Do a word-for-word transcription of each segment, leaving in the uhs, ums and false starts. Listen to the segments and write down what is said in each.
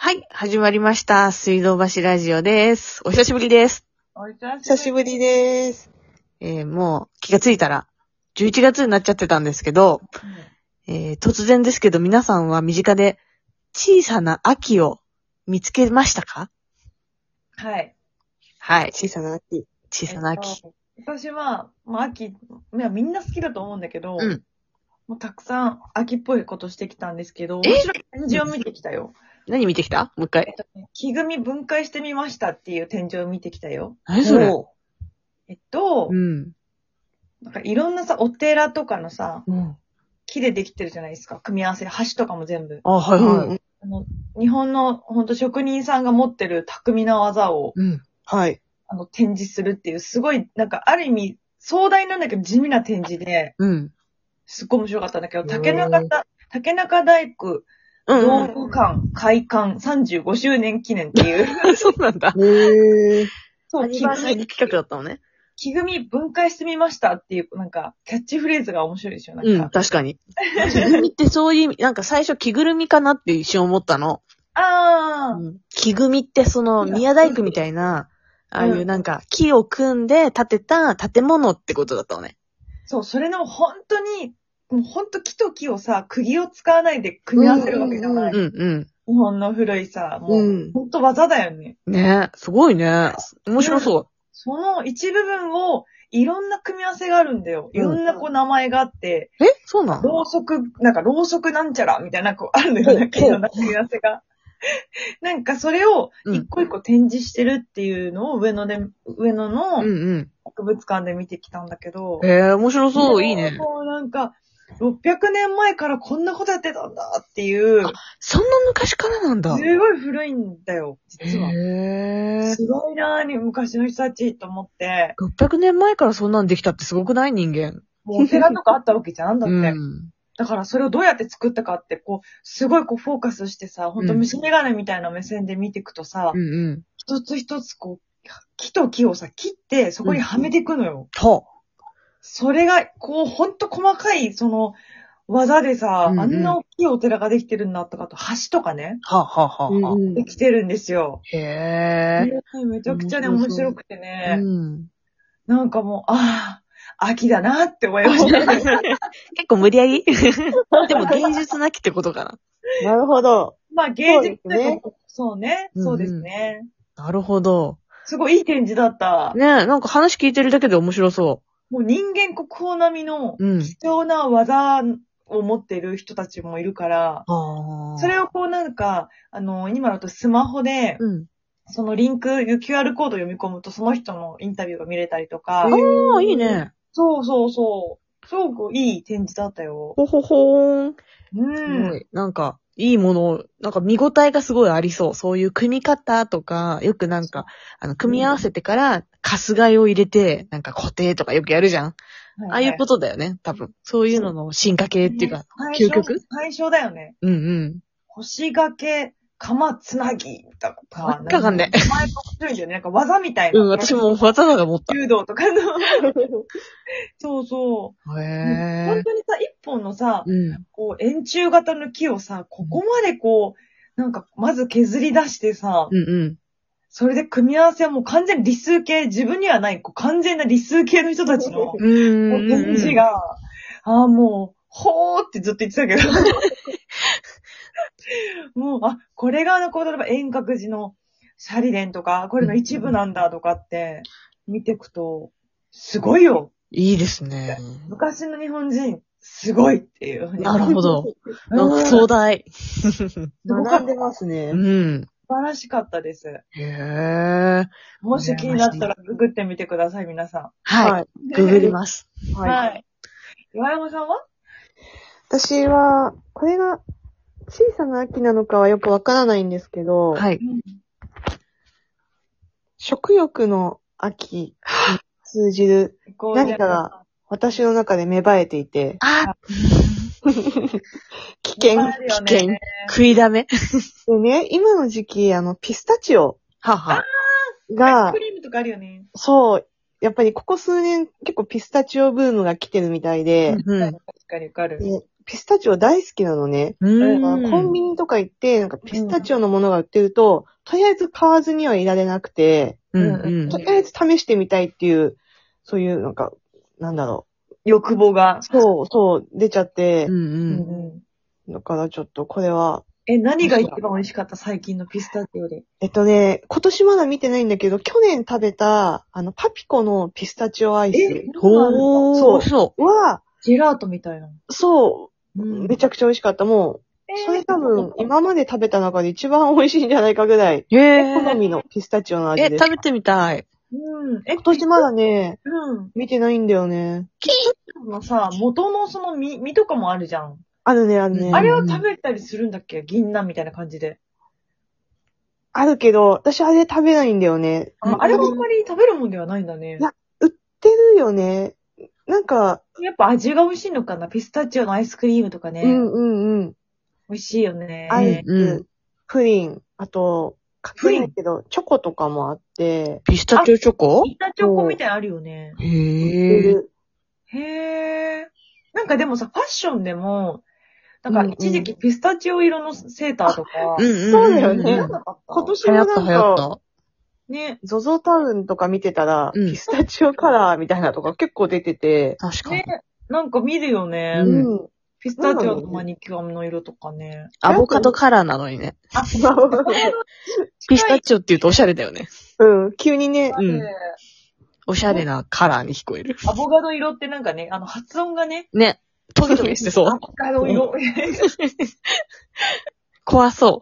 はい、始まりました。水道橋ラジオです。お久しぶりです。 お久久しぶりです。 えー、もう気がついたらじゅういちがつになっちゃってたんですけど、えー、突然ですけど皆さんは身近で小さな秋を見つけましたか？ はい。 はい。 小さな秋。 小さな秋。 えっと、私は、まあ、秋、いや、みんな好きだと思うんだけど、 うん。 もうたくさん秋っぽいことしてきたんですけど、 え面白い展示を見てきたよ。 何見てきた？もう一えっ回。 とね、木組み分解してみましたっていう展示を見てきたよ。 何それ？ おえっと、 うん。 なんかいろんなさ、お寺とかのさ、 うん。 木でできてるじゃないですか。組み合わせ、橋とかも全部。 あ、はいはい。 うん。 あの、日本のほんと職人さんが持ってる巧みな技を、 うん。 はい。 あの、展示するっていう、すごい、なんかある意味、壮大なんだけど地味な展示で、 うん。 すっごい面白かったんだけど、 へー竹中た、竹中大工うん。 道具館開館さんじゅうごしゅうねん記念っていう、 そうなんだ。 へー。 そう、 アニ木組み、 バーサリー企画だったのね。 木組み分解してみましたっていう、なんか、キャッチフレーズが面白いでしょ、なんうん、 か。 確かに。木組みってそういう意味、なんか最初着ぐるみかなって一瞬思ったの。 あー、 うん、木組みってその宮大工みたいな、ああいうなんか木を組んで建てた建物ってことだったのね。 そう、それの本当に、もう本当木と木をさ、釘を使わないで組み合わせるわけじゃない。 うんうん日本の古いさ、もう、 うん。 本当技だよね。 ねえ、すごいね。面白そその一部分を、いろんな組み合わせがあるんだよ。いろんなこう名前があって、 う。え、そうなの？ ろうそく、なんかろうそくなんちゃらみたいな、こうあるのよ。なんかいろんな組み合わせが。なんかそれを一個一個展示してるっていうのを上野で、上野うんのうん。 博物館で見てきたんだけど。 へえ、面白そう。いいね。 もうなんか、ろっぴゃくねんまえからこんなことやってたんだっていう、 そんな昔からなんだ。 すごい古いんだよ、実は。 へえ。 すごいなぁに昔の人たちと思って。 ろっぴゃくねんまえからそんなんできたってすごくない？人間。 もうお寺とかあったわけじゃんだって。 うん。 だからそれをどうやって作ったかって、こう、すごいこうフォーカスしてさ、ほんと虫眼鏡みたいな目線で見ていくとさ、 うんうん。 一つ一つこう、木と木をさ、切ってそこにはめていくのよ。 はそれが、こう、ほんと細かい、その、技でさ、 うんうんあんな大きいお寺ができてるんだとか、あと橋とかね、 はあ、はあはあはあ、 うんできてるんですよ。 へえ。 ねめちゃくちゃね、面白くてうね、 ん。 なんかもう、ああ、秋だなって思いました。 結構無理やりでも芸術なきってことかな。 なるほど。 まあ芸術そうですねそうね、 うんうんそうですね。 なるほど。 すごいいい展示だった。 ねえ、なんか話聞いてるだけで面白そもう人間国宝並みのう。うん。 貴重な技を持ってる人たちもいるから、 ああ。 それをこうなんか、あの、今だとスマホで、 うん。 そのリンク、キューアール コードを読み込むとその人のインタビューが見れたりとか、 ああ、いいね。 そうそうそう。すごくいい展示だったよ。 ほほほーん。 うすん。 ごい。なんか、いいものを、なんか見応えがすごいありそう。そういう組み方とか、よくなんか、あの、組み合わせてから、カス貝を入れて、なんか固定とかよくやるじゃん。ああいうこととだよね、多分。そういうのの進化系っていうか、究極最初だよね。 うんうん。 星掛け、鎌つなぎとか。 わかんねえ名前が強いんだよね。なんか技みたいな。 うん、私も技だと思った。 柔道とかの。そうそう。 へ本当にさ、一本のさ、 うん。 こう、円柱型の木をさ、ここまでこう、なんか、まず削り出してさ、 うんうん。 それで組み合わせはもう完全に理数系、自分にはない、こう完全な理数系の人たちの、 うんうんうん。 展示が、ああ、もう、ほーってずっと言ってたけど。もう、あ、これがあの、こう、例えば遠隔寺のシャリレンとか、これの一部なんだとかって、見ていくと、すごいよ。 いいですね。 昔の日本人、すごいっていうふうに。 なるほど。 うん。 なんか壮大。 学んでますね。 うん。 素晴らしかったです。 へえ。 もし気になったらググってみてください、皆さはい。 い。 ググります。 ん。 はい。 はい。岩山さんは私は、これが小さな秋なのかはよくわからないんですけど、 はい。 食欲の秋に通じる何かが私の中で芽生えていて、 あ危険、 あるよ危険。 ね。 食いだめ。 でね、今の時期、あの、ピスタチオはは。 がク、リームとかあるよね。 そう、やっぱりここ数年結構ピスタチオブームが来てるみたいで、 うん。 確かにわかる。 でピスタチオ大好きなのね。 うーん。 コンビニとか行って、なんかピスタチオのものが売ってると、とりあえず買わずにはいられなくて、 うんうんと。りあえず試してみたいっていう、そういう、なんか、なんだろ欲望が。 う。そう、そう、出ちゃってうんう。 うんんだからちょっとこれは、 え、何が一番美味しかった最近のピスタチオで。 えっとね、今年まだ見てないんだけど、去年食べた、あの、パピコのピスタチオアイスえほー、 そうそは、 ジェラートみたいな。 そうう、 んめちゃくちゃ美味しかった。もう、それ多分、今まで食べた中で一番美味しいんじゃないかぐらい、 う。へー。 好みのピスタチオの味え、 です。 食べてみたい。 うん。え、 今年まだね、 うん。 見てないんだよね。 ピスタチオのさ、元のその実、実とかもあるじゃん。 あるね、あるね。 うんあれは食べたりするんだっけ銀杏みたいな感じで。 あるけど、私あれ食べないんだよね。 ああれはあんまり食べるもんではないんだね。 いや売ってるよね。なんか、 やっぱ味が美味しいのかなピスタチオのアイスクリームとかね。 うんうんうん。 美味しいよね。 アイス、 うんプリン、あと、かけないけど、チョコとかもあって、 ピスタチオチョコ板チョコみたいなのあるよね。 へー。 へえ。なんかでもさ、ファッションでも、なんか一時期ピスタチオ色のセーターとか、 うんうんうん。 そうだよね知らなかった今年流行ったもなん流行っか、 た。 ね。 ゾゾタウンとか見てたら、 うんピスタチオカラーみたいなとか結構出てて、 確かにね。。なんか見るよね。 ううんん。 ピスタチオのマニキュアの色とかね。 アボカドカラーなのにね。 あ、 ピスタチオって言うとおしゃれだよね。 うん、急にね、 うんおしゃれなカラーに聞こえる。 アボカド色ってなんかね、あの発音がね、 ね。トゲトゲしてそうア。ボカド色。 怖そ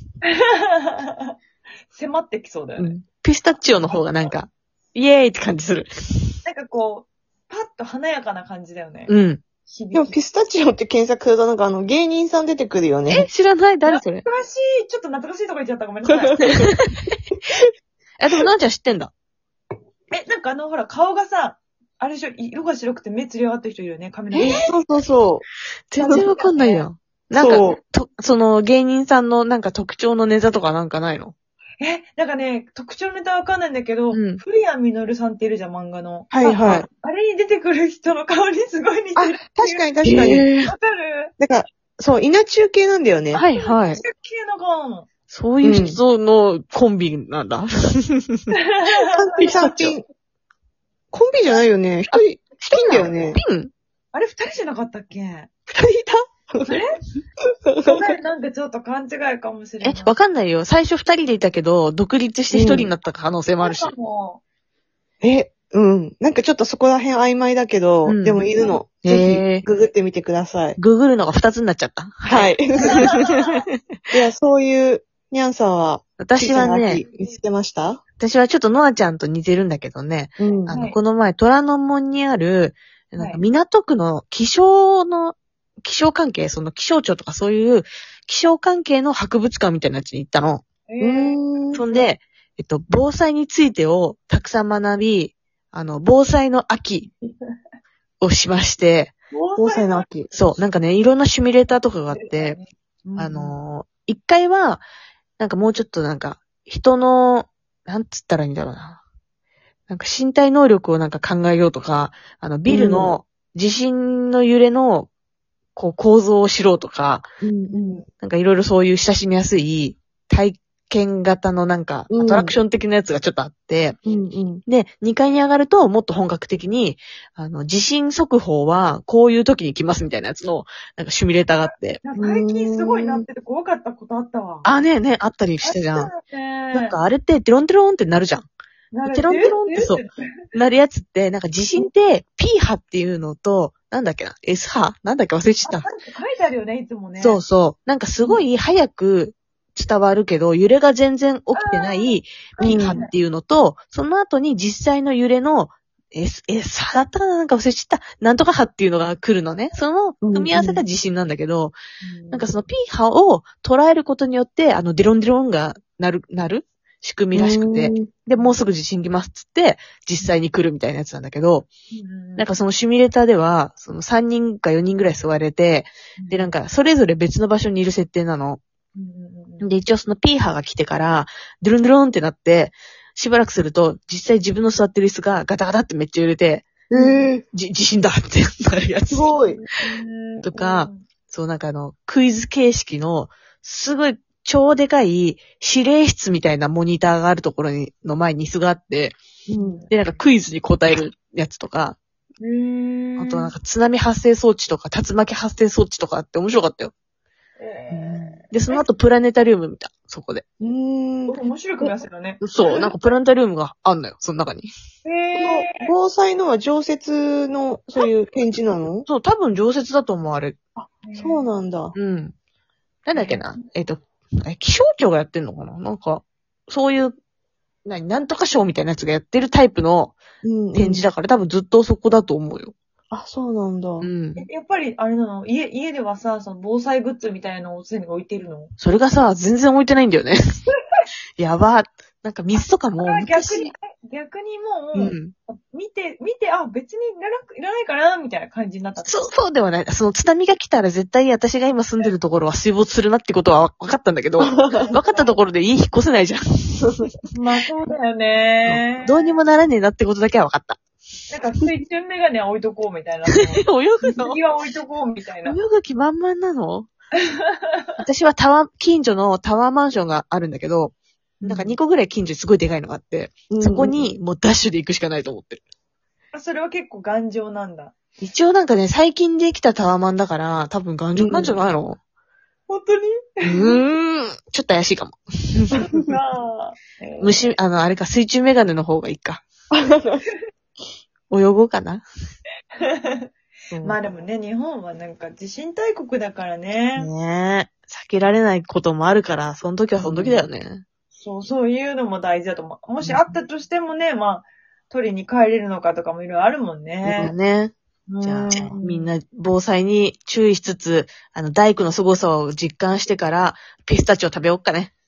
迫ってきそうだう。 よね。 うん。ピスタチオの方がなんか、イエーイって感じする。 なんかこう、パッと華やかな感じだよね。 うん。 響きでもピスタチオって検索するとなんかあの芸人さん出てくるよえ、 ね。 知らない誰それ懐かしい。ちょっと懐かしいとこ言っちゃった。ごめんなさい。 え、でもなおちゃん知ってんだ。 え、なんかあの、ほら、顔がさ、あれでしょ、色が白くて目つり上がってる人いるよね、髪の毛。 そうそうそ全然わかんないやん。なんそうか、と、その芸人さんのなんか特徴のネタとかなんかないのえ、なんかね、特徴ネタわかんないんだけど、 うん古谷実さんっているじゃん、漫画の。 はいはい。 あれに出てくる人の顔にすごい似あてる。、 確かに確かに。 えわかるだから、そう、稲中系なんだよね。 はいはい。 中系の顔。 そういう人のコンビなんだ。 単品単品。コンビじゃないよね。一人、一人だよね。 ピンあれ二人じゃなかったっけ二人いたごめん、なんかちょっと勘違いかもしれなえい。、 わかんないよ。最初二人でいたけど、独立して一人になった可能性もあるし。 なんかもえ、うん。なんかちょっとそこら辺曖昧だけど、 うんでもいるの。 へーぜひ、ググってみてください。 ググるのが二つになっちゃった。 はい。いや、そういう、にゃんさんは、 私はね、 小さな秋見つけました私はちょっとノアちゃんと似てるんだけどね、 うんあの、 はいこの前、虎ノ門にある、なんかはい港区の気象の、気象関係、その気象庁とかそういう気象関係の博物館みたいなやつに行ったの。 う、 うえー、 ーん。 そんで、えっと、防災についてをたくさん学び、あの、防災の秋をしまして、 防災の秋。 そう、なんかね、いろんなシミュレーターとかがあって、あ、のー、一回は、なんかもうちょっとなんか、人の、なんつったらいいんだろうな。なんか身体能力をなんか考えようとか、あの、ビルの地震の揺れの、こう、構造を知ろうとか、 うんうん。 なんかいろいろそういう親しみやすい体験型のなんか、 うんアトラクション的なやつがちょっとあって、 うんうん。 で、にかいに上がるともっと本格的に、あの、地震速報はこういう時に来ますみたいなやつの、なんかシミュレーターがあって、 なんか最近すごいなってて怖かったことあったわ。 あ、ねえねえ、あったりしたじゃん。 あったよねなんかあれってテロンテロンってなるじゃん。 なるテロンテロンってそう。なるやつって、なんか地震って P 波っていうのと、なんだっけな ?S 波なんだっけ忘れちゃった。 なんか書いてあるよね、いつもね。 そうそう。なんかすごい早く伝わるけど、揺れが全然起きてないうん P 波っていうのと、その後に実際の揺れの S、S 波だったかななんか忘れちゃった。なんとか波っていうのが来るのね。その組み合わせが地震なんだけど、 うん。 なんかその P 波を捉えることによって、あのデロンデロンがなる、なる仕組みらしくて。で、もうすぐ地震来ますっつって、実際に来るみたいなやつなんだけど、 うん、 なんかそのシミュレーターでは、そのさんにんかよにんぐらい座れて、で、なんかそれぞれ別の場所にいる設定なの。 うんうんうん、 で、一応その P 波が来てから、ドゥルンドゥルンってなって、しばらくすると、実際自分の座ってる椅子がガタガタってめっちゃ揺れて、 えー、 じ、地震だってなるやつ。 すごい。 とか、 そうなんかあの、クイズ形式の、すごい超でかい指令室みたいなモニターがあるところに、の前に椅子があって、 うん。 で、なんかクイズに答えるやつとか、 へーあとなんか津波発生装置とか竜巻発生装置とかあって面白かったよ。 えで、その後プラネタリウム見た、そこで。 うーん。 ー、面白くなせだね。 そう、なんかプラネタリウムがあんのよ、その中に。 へ防災のは常設の、そういう展示なの？ そう、多分常設だと思う、あれ。 ー。 そうなんだ。 うん。なんだっけな、えっと、え気象庁がやってんのかななんか、そういう、何、なんとか賞みたいなやつがやってるタイプのうん、うん。 展示だから、多分ずっとそこだと思うよ。 あ、そうなんだ。 うん。 えやっぱり、あれなの家、家ではさ、その防災グッズみたいなのを常に置いてるの？ それがさ、全然置いてないんだよね。やば。なんか水とかもあ逆昔に、、逆にもう、 うん。 見て、見て、あ、別にいらなく、いらないかなみたいな感じになったってそう、そうではない。その津波が来たら絶対私が今住んでるところは水没するなってことは分かったんだけど、分かったところで家引っ越せないじゃん。 まあそうだよね。 どうにもならねえなってことだけは分かった。 なんか水中メガネは置いとこうみたいな。 泳ぐの次は置いとこうみたいな。 泳ぐ気満々なの私はタワー、近所のタワーマンションがあるんだけど、なんかにこぐらい近所にすごいでかいのがあって、 うんそこにもうダッシュで行くしかないと思ってる。 それは結構頑丈なんだ。 一応なんかね、最近できたタワマンだから、多分頑丈なんじゃないの、 本当にうーん、ちょっと怪しいかも。 なあ。えー虫、あの、あれか、水中メガネの方がいいか。泳ごうかな。 まあでもね、日本はなんか地震大国だからね。 ねえ。避けられないこともあるから、その時はその時だよね。 そう、そういうのも大事だと思う。もしあったとしてもね、まあ、取りに帰れるのかとかもいろいろあるもんそうね。 ね。 うんじゃあ、みんな防災に注意しつつ、あの、大工の凄さを実感してから、ピスタチオ食べよっかね。